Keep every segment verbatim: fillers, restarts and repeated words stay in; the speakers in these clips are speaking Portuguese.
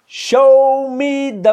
Show me the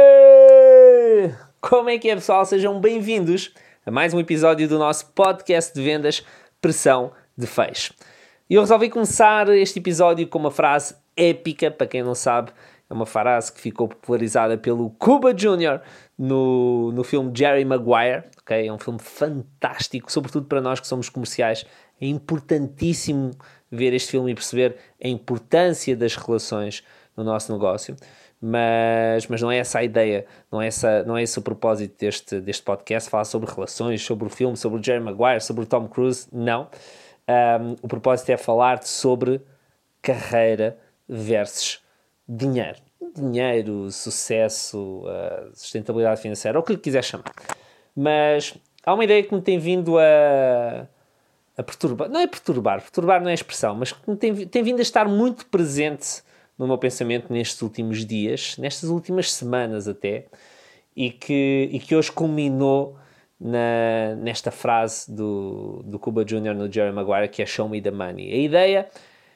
money! Como é que é, pessoal? Sejam bem-vindos a mais um episódio do nosso podcast de vendas Pressão de Fecho. E eu resolvi começar este episódio com uma frase épica, para quem não sabe, é uma frase que ficou popularizada pelo Cuba Júnior no, no filme Jerry Maguire, okay? É um filme fantástico, sobretudo para nós que somos comerciais. É importantíssimo ver este filme e perceber a importância das relações no nosso negócio, mas, mas não é essa a ideia, não é, essa, não é esse o propósito deste, deste podcast, falar sobre relações, sobre o filme, sobre o Jerry Maguire, sobre o Tom Cruise, não. Um, o propósito é falar sobre carreira versus dinheiro. Dinheiro, sucesso, uh, sustentabilidade financeira, ou o que lhe quiser chamar. Mas há uma ideia que me tem vindo a... a perturbar, não é perturbar, perturbar não é expressão, mas que tem, tem vindo a estar muito presente no meu pensamento nestes últimos dias, nestas últimas semanas até, e que, e que hoje culminou na, nesta frase do, do Cuba Júnior no Jerry Maguire, que é Show me the money. A ideia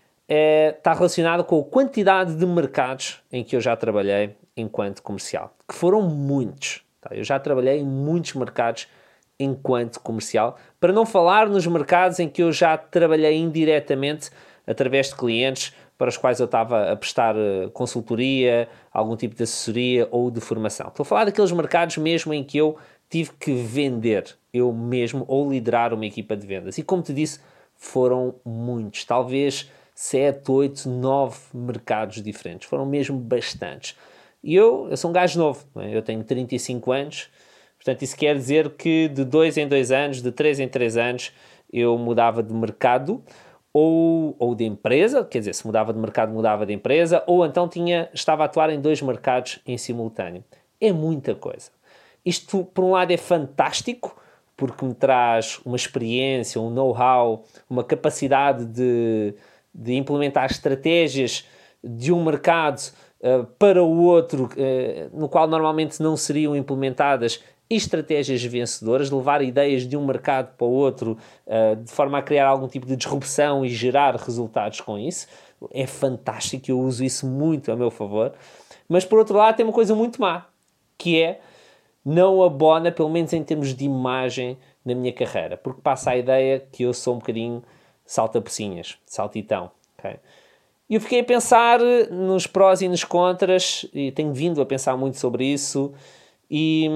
é, está relacionada com a quantidade de mercados em que eu já trabalhei enquanto comercial, que foram muitos. Tá? Eu já trabalhei em muitos mercados enquanto comercial, para não falar nos mercados em que eu já trabalhei indiretamente através de clientes para os quais eu estava a prestar consultoria, algum tipo de assessoria ou de formação. Estou a falar daqueles mercados mesmo em que eu tive que vender eu mesmo ou liderar uma equipa de vendas. E como te disse, foram muitos, talvez sete, oito, nove mercados diferentes. Foram mesmo bastantes. E eu, eu sou um gajo novo, não é? Eu tenho trinta e cinco anos. Portanto, isso quer dizer que de dois em dois anos, de três em três anos, eu mudava de mercado ou, ou de empresa, quer dizer, se mudava de mercado, mudava de empresa, ou então tinha, estava a atuar em dois mercados em simultâneo. É muita coisa. Isto, por um lado, é fantástico, porque me traz uma experiência, um know-how, uma capacidade de, de implementar estratégias de um mercado uh, para o outro, uh, no qual normalmente não seriam implementadas, e estratégias vencedoras, de levar ideias de um mercado para o outro, uh, de forma a criar algum tipo de disrupção e gerar resultados com isso. É fantástico, eu uso isso muito a meu favor. Mas, por outro lado, tem uma coisa muito má, que é, não abona, pelo menos em termos de imagem, na minha carreira. Porque passa a ideia que eu sou um bocadinho salta-pocinhas, saltitão, ok? E eu fiquei a pensar nos prós e nos contras, e tenho vindo a pensar muito sobre isso, e,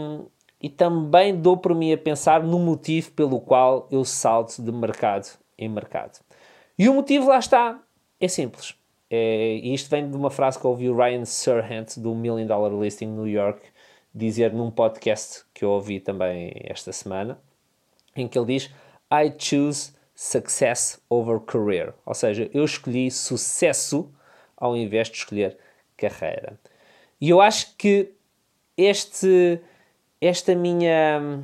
e também dou por mim a pensar no motivo pelo qual eu salto de mercado em mercado. E o motivo, lá está, é simples. É, e isto vem de uma frase que eu ouvi o Ryan Serhant, do Million Dollar Listing New York, dizer num podcast que eu ouvi também esta semana, em que ele diz: I choose success over career. Ou seja, eu escolhi sucesso ao invés de escolher carreira. E eu acho que este, esta, minha,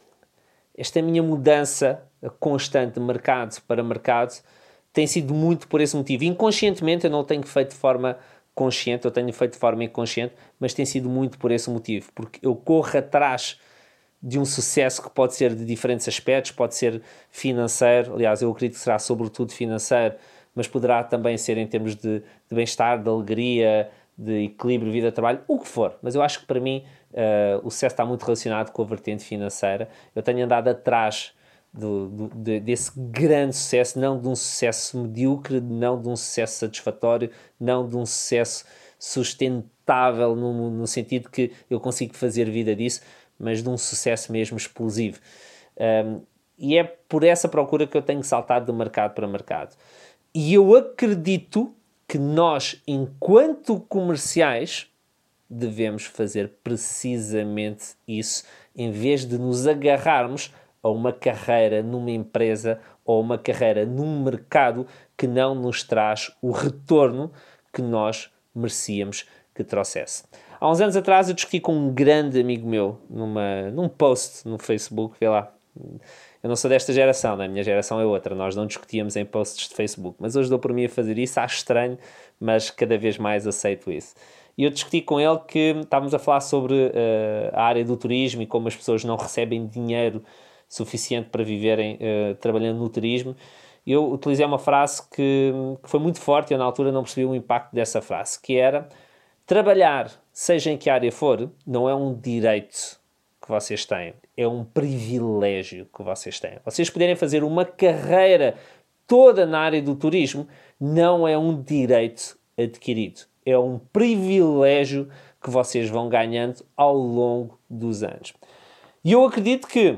esta minha mudança constante de mercado para mercado tem sido muito por esse motivo. Inconscientemente, eu não tenho feito de forma consciente, eu tenho feito de forma inconsciente, mas tem sido muito por esse motivo, porque eu corro atrás de um sucesso que pode ser de diferentes aspectos, pode ser financeiro, aliás, eu acredito que será sobretudo financeiro, mas poderá também ser em termos de, de bem-estar, de alegria, de equilíbrio, vida-trabalho, o que for. Mas eu acho que para mim uh, o sucesso está muito relacionado com a vertente financeira. Eu tenho andado atrás do, do, de, desse grande sucesso, não de um sucesso medíocre, não de um sucesso satisfatório, não de um sucesso sustentável no, no sentido que eu consigo fazer vida disso, mas de um sucesso mesmo explosivo. Um, e é por essa procura que eu tenho saltado de mercado para mercado. E eu acredito que nós, enquanto comerciais, devemos fazer precisamente isso, em vez de nos agarrarmos a uma carreira numa empresa ou uma carreira num mercado que não nos traz o retorno que nós merecíamos que trouxesse. Há uns anos atrás eu discuti com um grande amigo meu numa, num post no Facebook, vê lá. Eu não sou desta geração, né? A minha geração é outra, nós não discutíamos em posts de Facebook, mas hoje dou por mim a fazer isso, acho estranho, mas cada vez mais aceito isso. E eu discuti com ele que estávamos a falar sobre uh, a área do turismo e como as pessoas não recebem dinheiro suficiente para viverem uh, trabalhando no turismo. Eu utilizei uma frase que, que foi muito forte e eu na altura não percebi o impacto dessa frase, que era: trabalhar, seja em que área for, não é um direito que vocês têm, é um privilégio que vocês têm. Vocês poderem fazer uma carreira toda na área do turismo não é um direito adquirido, é um privilégio que vocês vão ganhando ao longo dos anos. E eu acredito que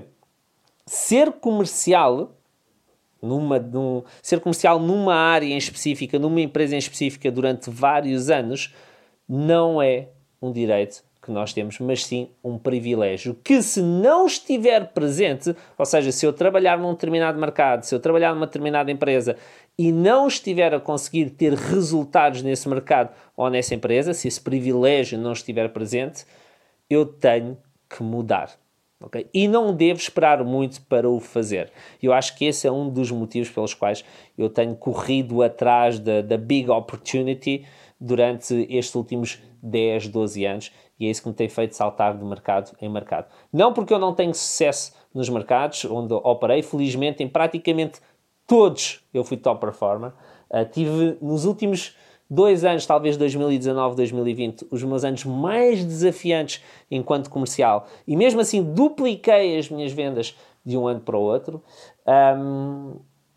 ser comercial, numa, num, ser comercial numa área em específica, numa empresa em específica durante vários anos, não é um direito que nós temos, mas sim um privilégio que, se não estiver presente, ou seja, se eu trabalhar num determinado mercado, se eu trabalhar numa determinada empresa e não estiver a conseguir ter resultados nesse mercado ou nessa empresa, se esse privilégio não estiver presente, eu tenho que mudar. Okay? E não devo esperar muito para o fazer. Eu acho que esse é um dos motivos pelos quais eu tenho corrido atrás da, da big opportunity durante estes últimos dez, doze anos, e é isso que me tem feito saltar de mercado em mercado. Não porque eu não tenho sucesso nos mercados onde operei, felizmente em praticamente todos eu fui top performer. Uh, tive nos últimos dois anos, talvez dois mil e dezanove, dois mil e vinte, os meus anos mais desafiantes enquanto comercial, e mesmo assim dupliquei as minhas vendas de um ano para o outro. Um,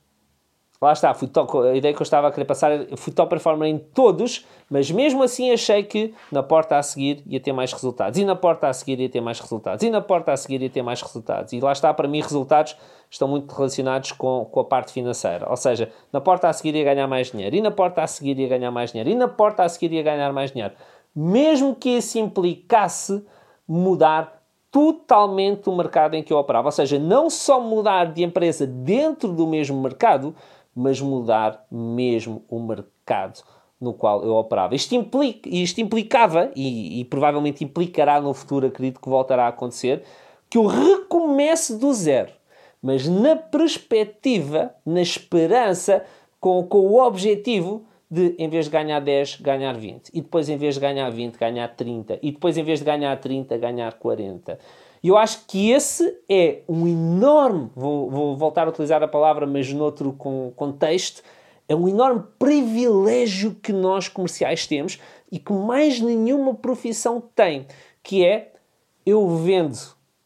lá está, fui top, a ideia que eu estava a querer passar, fui top performer em todos, mas mesmo assim achei que na porta a seguir ia ter mais resultados, e na porta a seguir ia ter mais resultados, e na porta a seguir ia ter mais resultados. E lá está, para mim, resultados estão muito relacionados com, com a parte financeira. Ou seja, na porta a seguir ia ganhar mais dinheiro, e na porta a seguir ia ganhar mais dinheiro, e na porta a seguir ia ganhar mais dinheiro. Mesmo que isso implicasse mudar totalmente o mercado em que eu operava. Ou seja, não só mudar de empresa dentro do mesmo mercado, mas mudar mesmo o mercado no qual eu operava. Isto, implica, isto implicava, e, e provavelmente implicará no futuro, acredito que voltará a acontecer, que eu recomece do zero, mas na perspectiva, na esperança, com, com o objetivo de, em vez de ganhar dez, ganhar vinte. E depois, em vez de ganhar vinte, ganhar trinta. E depois, em vez de ganhar trinta, ganhar quarenta. E eu acho que esse é um enorme, vou, vou voltar a utilizar a palavra, mas noutro contexto, é um enorme privilégio que nós comerciais temos e que mais nenhuma profissão tem, que é, eu vendo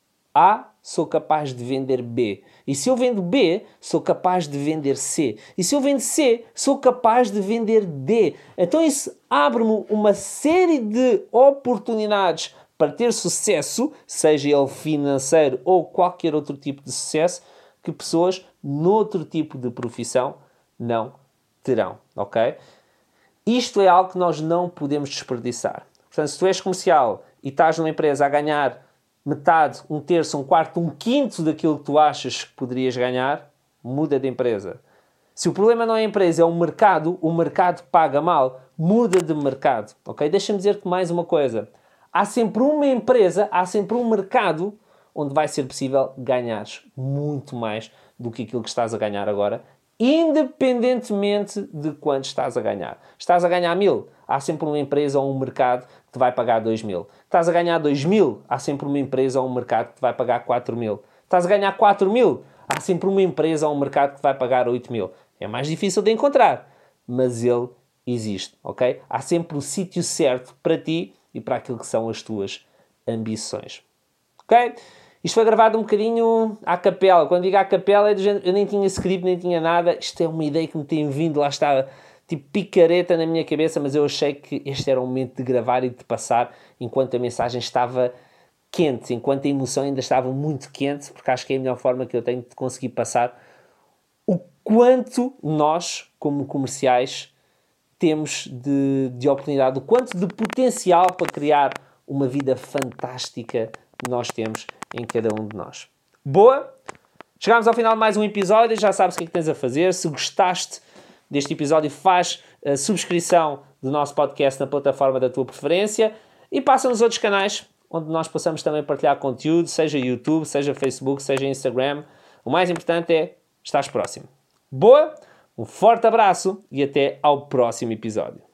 A, sou capaz de vender B. E se eu vendo B, sou capaz de vender C. E se eu vendo C, sou capaz de vender D. Então isso abre-me uma série de oportunidades para ter sucesso, seja ele financeiro ou qualquer outro tipo de sucesso, que pessoas noutro tipo de profissão não terão, ok? Isto é algo que nós não podemos desperdiçar. Portanto, se tu és comercial e estás numa empresa a ganhar metade, um terço, um quarto, um quinto daquilo que tu achas que poderias ganhar, muda de empresa. Se o problema não é a empresa, é o mercado, o mercado paga mal, muda de mercado, ok? Deixa-me dizer-te mais uma coisa. Há sempre uma empresa, há sempre um mercado onde vai ser possível ganhares muito mais do que aquilo que estás a ganhar agora, independentemente de quanto estás a ganhar. Estás a ganhar mil, há sempre uma empresa ou um mercado que te vai pagar dois mil. Estás a ganhar dois mil, há sempre uma empresa ou um mercado que te vai pagar quatro mil. Estás a ganhar quatro mil, há sempre uma empresa ou um mercado que te vai pagar oito mil. É mais difícil de encontrar, mas ele existe, ok? Há sempre o sítio certo para ti e para aquilo que são as tuas ambições. Ok? Isto foi gravado um bocadinho à capela. Quando digo à capela, é do género, eu nem tinha script, nem tinha nada. Isto é uma ideia que me tem vindo, lá está, tipo picareta na minha cabeça, mas eu achei que este era o momento de gravar e de passar enquanto a mensagem estava quente, enquanto a emoção ainda estava muito quente, porque acho que é a melhor forma que eu tenho de conseguir passar o quanto nós, como comerciais, temos de, de oportunidade, o quanto de potencial para criar uma vida fantástica nós temos em cada um de nós. Boa? Chegámos ao final de mais um episódio, já sabes o que é que tens a fazer. Se gostaste deste episódio, faz a subscrição do nosso podcast na plataforma da tua preferência e passa nos outros canais, onde nós possamos também partilhar conteúdo, seja YouTube, seja Facebook, seja Instagram. O mais importante é estar próximo. Boa? Um forte abraço e até ao próximo episódio.